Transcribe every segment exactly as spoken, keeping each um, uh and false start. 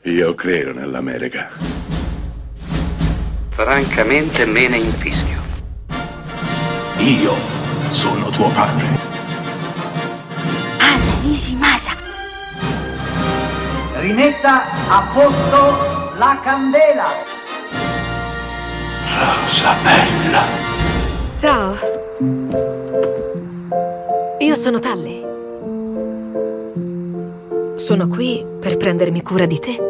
Io credo nell'America. Francamente me ne infischio. Io sono tuo padre. Anna Nishimasa. Rimetta a posto la candela. Rosa bella. Ciao. Io sono Tally. Sono qui per prendermi cura di te.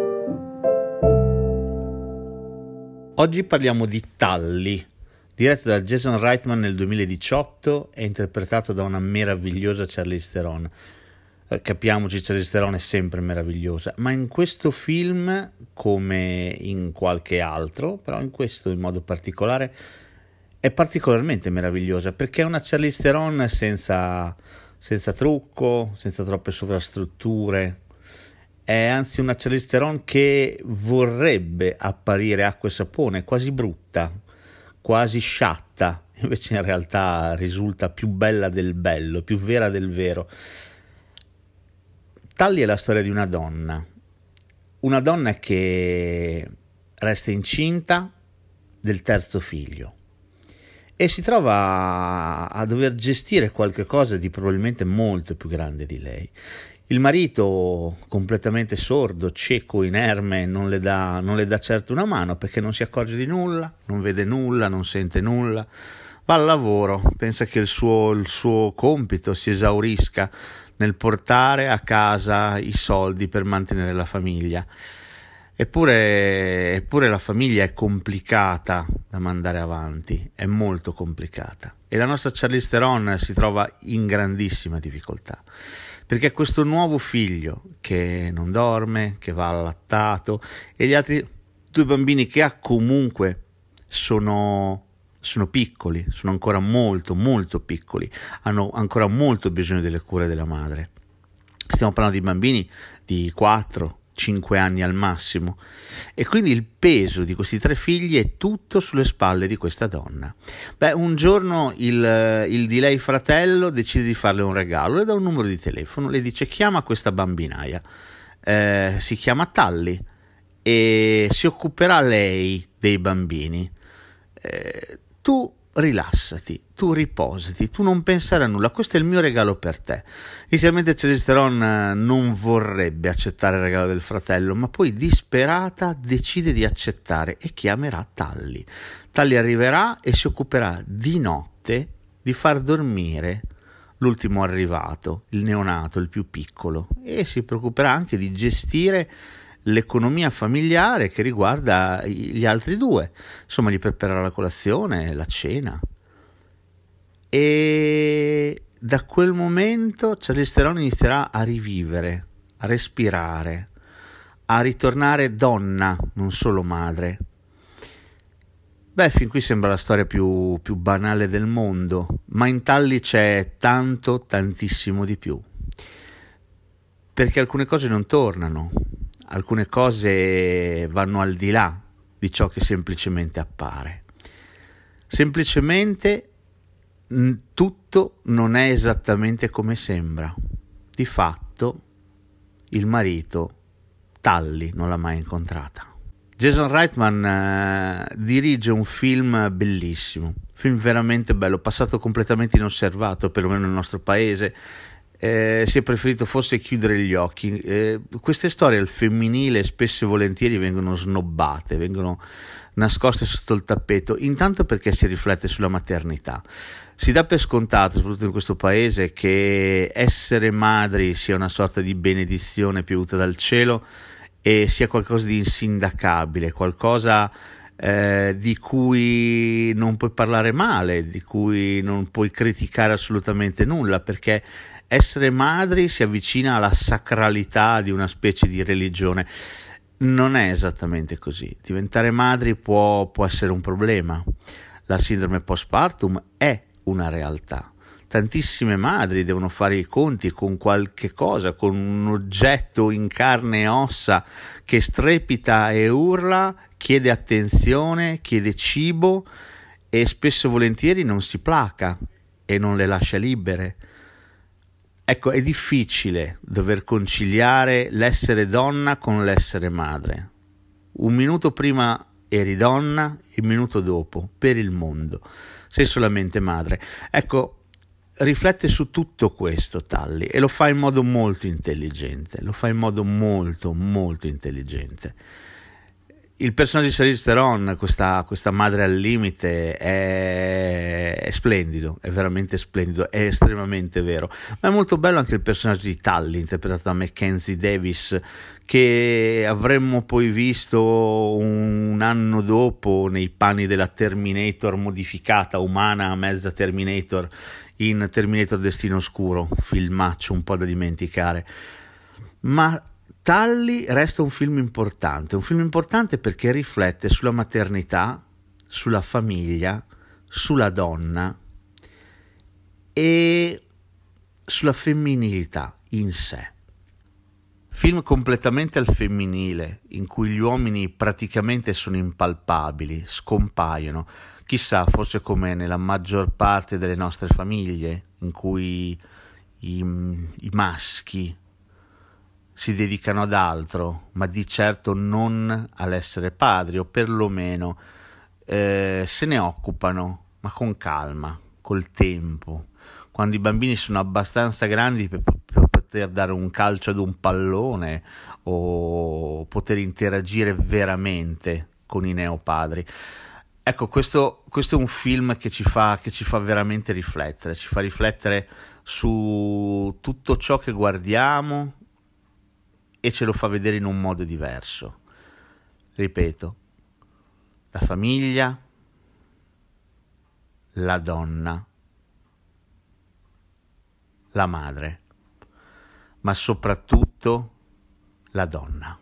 Oggi parliamo di Tally, diretto da Jason Reitman nel duemiladiciotto e interpretato da una meravigliosa Charlize Theron. Eh, capiamoci, Charlize Theron è sempre meravigliosa, ma in questo film, come in qualche altro, però in questo in modo particolare, è particolarmente meravigliosa, perché è una Charlize Theron senza, senza trucco, senza troppe sovrastrutture. È anzi una Charlize Theron che vorrebbe apparire acqua e sapone, quasi brutta, quasi sciatta, invece in realtà risulta più bella del bello, più vera del vero. Tally è la storia di una donna, una donna che resta incinta del terzo figlio e si trova a dover gestire qualche cosa di probabilmente molto più grande di lei. Il marito, completamente sordo, cieco, inerme, non le dà, non le dà certo una mano perché non si accorge di nulla, non vede nulla, non sente nulla, va al lavoro, pensa che il suo, il suo compito si esaurisca nel portare a casa i soldi per mantenere la famiglia. Eppure, eppure la famiglia è complicata da mandare avanti, è molto complicata. E la nostra Charlize Theron si trova in grandissima difficoltà, perché questo nuovo figlio che non dorme, che va allattato, e gli altri due bambini che ha comunque sono, sono piccoli, sono ancora molto molto piccoli, hanno ancora molto bisogno delle cure della madre. Stiamo parlando di bambini di quattro cinque anni al massimo, e quindi il peso di questi tre figli è tutto sulle spalle di questa donna. Beh, un giorno il, il di lei fratello decide di farle un regalo, le dà un numero di telefono, le dice: chiama questa bambinaia, eh, si chiama Tally e si occuperà lei dei bambini, eh, tu rilassati, tu riposati, tu non pensare a nulla, questo è il mio regalo per te. Inizialmente Charlize Theron non vorrebbe accettare il regalo del fratello, ma poi disperata decide di accettare e chiamerà Tally. Tally arriverà e si occuperà di notte di far dormire l'ultimo arrivato, il neonato, il più piccolo, e si preoccuperà anche di gestire l'economia familiare che riguarda gli altri due, insomma gli preparerà la colazione, la cena. E da quel momento Charlize Theron inizierà a rivivere, a respirare, a ritornare donna, non solo madre. Beh, fin qui sembra la storia più, più banale del mondo, ma in Tally c'è tanto, tantissimo di più, perché alcune cose non tornano. Alcune cose vanno al di là di ciò che semplicemente appare. Semplicemente tutto non è esattamente come sembra. Di fatto il marito Tally non l'ha mai incontrata. Jason Reitman eh, dirige un film bellissimo, film veramente bello, passato completamente inosservato, perlomeno nel nostro paese. Eh, si è preferito forse chiudere gli occhi. Eh, queste storie al femminile spesso e volentieri vengono snobbate, vengono nascoste sotto il tappeto, intanto perché si riflette sulla maternità. Si dà per scontato, soprattutto in questo paese, che essere madri sia una sorta di benedizione piovuta dal cielo e sia qualcosa di insindacabile, qualcosa eh, di cui non puoi parlare male, di cui non puoi criticare assolutamente nulla, perché essere madri si avvicina alla sacralità di una specie di religione. Non è esattamente così. Diventare madri può, può essere un problema. La sindrome postpartum è una realtà. Tantissime madri devono fare i conti con qualche cosa, con un oggetto in carne e ossa che strepita e urla, chiede attenzione, chiede cibo e spesso e volentieri non si placa e non le lascia libere. Ecco, è difficile dover conciliare l'essere donna con l'essere madre. Un minuto prima eri donna, il minuto dopo, per il mondo, sei solamente madre. Ecco, riflette su tutto questo Tully e lo fa in modo molto intelligente, lo fa in modo molto, molto intelligente. Il personaggio di Charlize Theron, questa, questa madre al limite, è, è splendido, è veramente splendido, è estremamente vero. Ma è molto bello anche il personaggio di Tully, interpretato da Mackenzie Davis, che avremmo poi visto un anno dopo nei panni della Terminator modificata, umana, mezza Terminator, in Terminator Destino Oscuro, filmaccio un po' da dimenticare. Ma Tully resta un film importante, un film importante perché riflette sulla maternità, sulla famiglia, sulla donna e sulla femminilità in sé. Film completamente al femminile, in cui gli uomini praticamente sono impalpabili, scompaiono, chissà, forse come nella maggior parte delle nostre famiglie, in cui i, i maschi si dedicano ad altro, ma di certo non all'essere padri, o perlomeno eh, se ne occupano, ma con calma, col tempo, quando i bambini sono abbastanza grandi per, per poter dare un calcio ad un pallone o poter interagire veramente con i neopadri. Ecco, questo, questo è un film che ci fa, che ci fa veramente riflettere, ci fa riflettere su tutto ciò che guardiamo e ce lo fa vedere in un modo diverso. Ripeto, la famiglia, la donna, la madre, ma soprattutto la donna.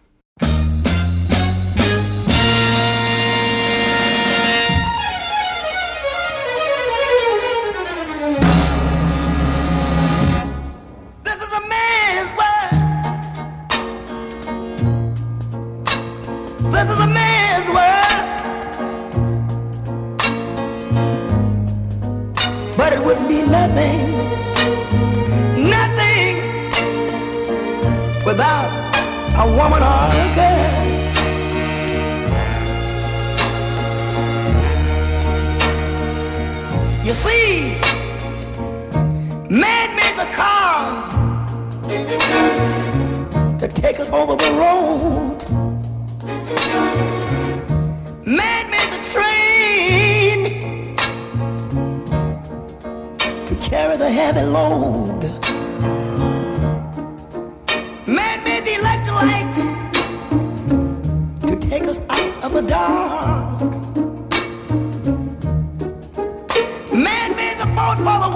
This is a man's world, but it wouldn't be nothing, nothing without a woman or a girl. You see, man made the cars to take us over the road. Man made the train to carry the heavy load. Man made the electric light to take us out of the dark. Man made the boat for the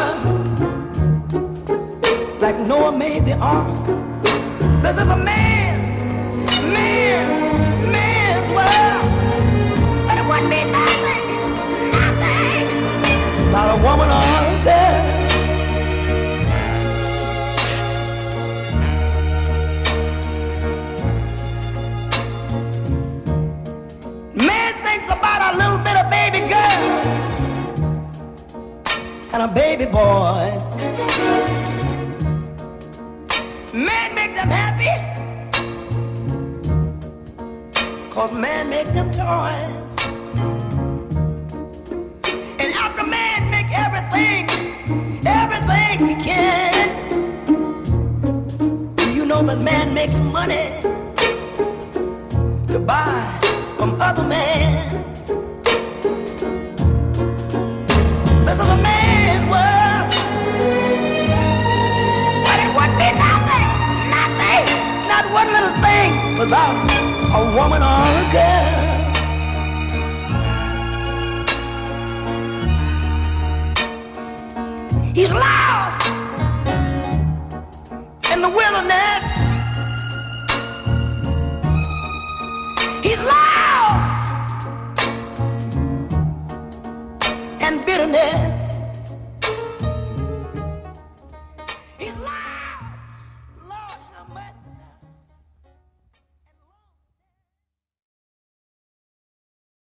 water, like Noah made the ark. This is a man's, man's, man's world. But it wouldn't be nothing, nothing without a woman or a girl. Man thinks about a little bit of baby girls and a baby boys. Man make them happy, 'cause man make them toys. And after man make everything, everything he can, you know that man makes money to buy from other men. This is a man's world, but it would be nothing, nothing, not one little thing without a woman or a girl. He's lost in the wilderness. He's lost in bitterness.